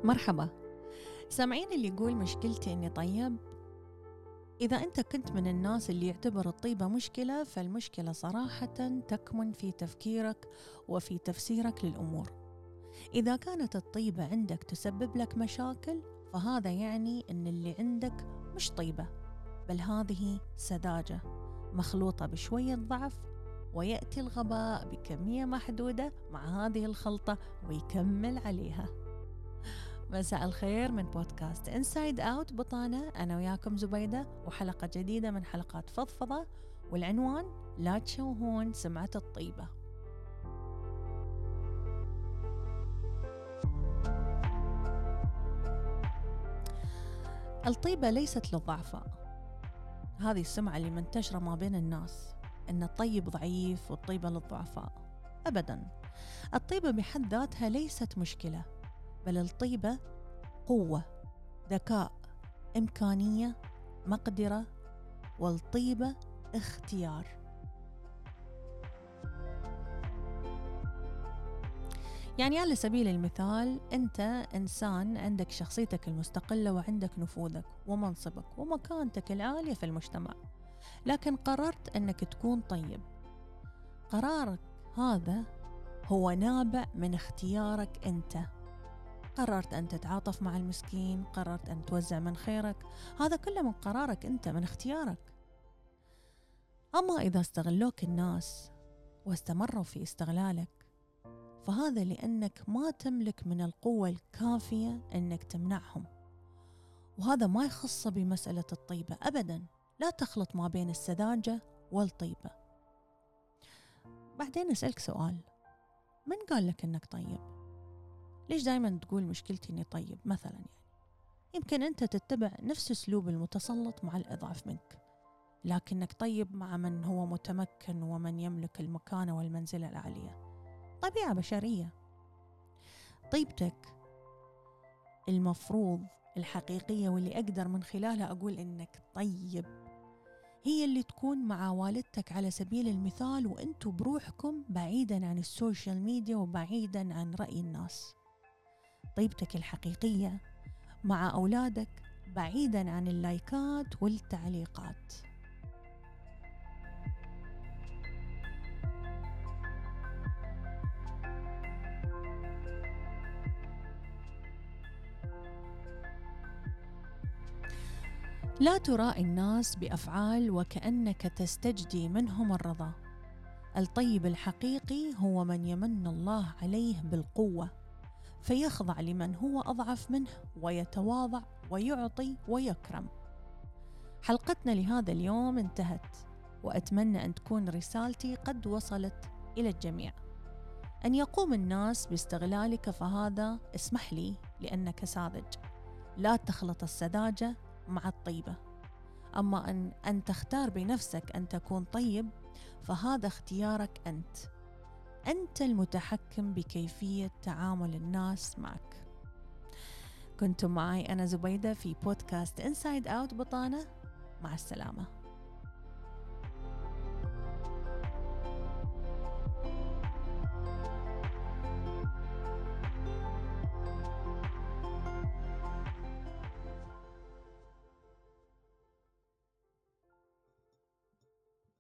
مرحبا. سامعين اللي يقول مشكلتي إني طيب؟ إذا أنت كنت من الناس اللي يعتبر الطيبة مشكلة، فالمشكلة صراحة تكمن في تفكيرك وفي تفسيرك للأمور. إذا كانت الطيبة عندك تسبب لك مشاكل، فهذا يعني أن اللي عندك مش طيبة، بل هذه سذاجة مخلوطة بشوية ضعف، ويأتي الغباء بكمية محدودة مع هذه الخلطة ويكمل عليها. مساء الخير من بودكاست إنسايد أوت بطانة، أنا وياكم زبيدة، وحلقة جديدة من حلقات فضفضة، والعنوان لا تشوهون سمعة الطيبة. الطيبة ليست للضعفاء، هذه السمعة اللي منتشرة ما بين الناس إن الطيب ضعيف والطيبة للضعفاء. أبدا، الطيبة بحد ذاتها ليست مشكلة، بل الطيبة قوة، ذكاء، إمكانية، مقدرة، والطيبة اختيار. يعني على سبيل المثال، أنت إنسان عندك شخصيتك المستقلة وعندك نفوذك ومنصبك ومكانتك العالية في المجتمع، لكن قررت أنك تكون طيب. قرارك هذا هو نابع من اختيارك أنت. قررت أن تتعاطف مع المسكين، قررت أن توزع من خيرك، هذا كله من قرارك أنت، من اختيارك. أما إذا استغلوك الناس واستمروا في استغلالك، فهذا لأنك ما تملك من القوة الكافية أنك تمنعهم، وهذا ما يخص بمسألة الطيبة أبدا. لا تخلط ما بين السذاجة والطيبة. بعدين أسألك سؤال، من قال لك أنك طيب؟ ليش دايما تقول مشكلتي أني طيب مثلا؟ يمكن أنت تتبع نفس أسلوب المتسلط مع الأضعف منك، لكنك طيب مع من هو متمكن ومن يملك المكانة والمنزلة العالية. طبيعة بشرية. طيبتك المفروض الحقيقية واللي أقدر من خلالها أقول إنك طيب، هي اللي تكون مع والدتك على سبيل المثال، وإنتوا بروحكم بعيدا عن السوشيال ميديا وبعيدا عن رأي الناس. طيبتك الحقيقية مع أولادك بعيدا عن اللايكات والتعليقات. لا تراعي الناس بأفعال وكأنك تستجدي منهم الرضا. الطيب الحقيقي هو من يمن الله عليه بالقوة، فيخضع لمن هو أضعف منه ويتواضع ويعطي ويكرم. حلقتنا لهذا اليوم انتهت، وأتمنى أن تكون رسالتي قد وصلت إلى الجميع. أن يقوم الناس باستغلالك فهذا اسمح لي لأنك ساذج. لا تخلط السذاجة مع الطيبة. أما أن تختار بنفسك أن تكون طيب، فهذا اختيارك أنت. أنت المتحكم بكيفية تعامل الناس معك. كنتم معي أنا زبيدة في بودكاست إنسايد أوت بطانة. مع السلامة.